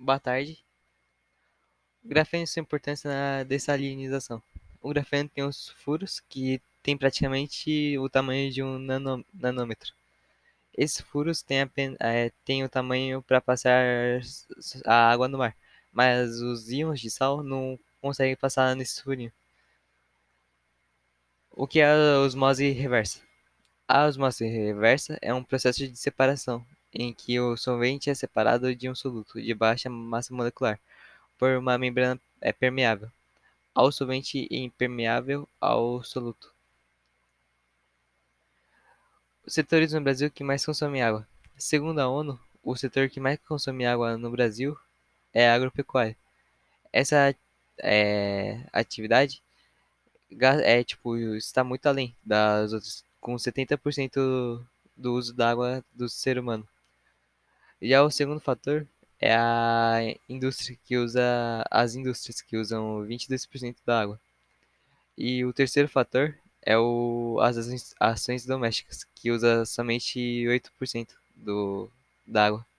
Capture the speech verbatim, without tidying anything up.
Boa tarde. O grafeno e sua importância na dessalinização. O grafeno tem os furos que tem praticamente o tamanho de um nano- nanômetro. Esses furos têm, apen- eh, têm o tamanho para passar s- a água no mar, mas os íons de sal não conseguem passar nesse furinho. O que é a osmose reversa? A osmose reversa é um processo de separação, em que o solvente é separado de um soluto de baixa massa molecular por uma membrana eh, permeável ao solvente e impermeável ao soluto. Os setores no Brasil que mais consomem água. Segundo a ONU, o setor que mais consome água no Brasil é a agropecuária. Essa é, atividade ga- é tipo está muito além das outras, com setenta por cento do uso da água do ser humano. Já o segundo fator é a indústria que usa as indústrias que usam vinte e dois por cento da água. E o terceiro fator é o, as ações, ações domésticas, que usa somente oito por cento do, da água.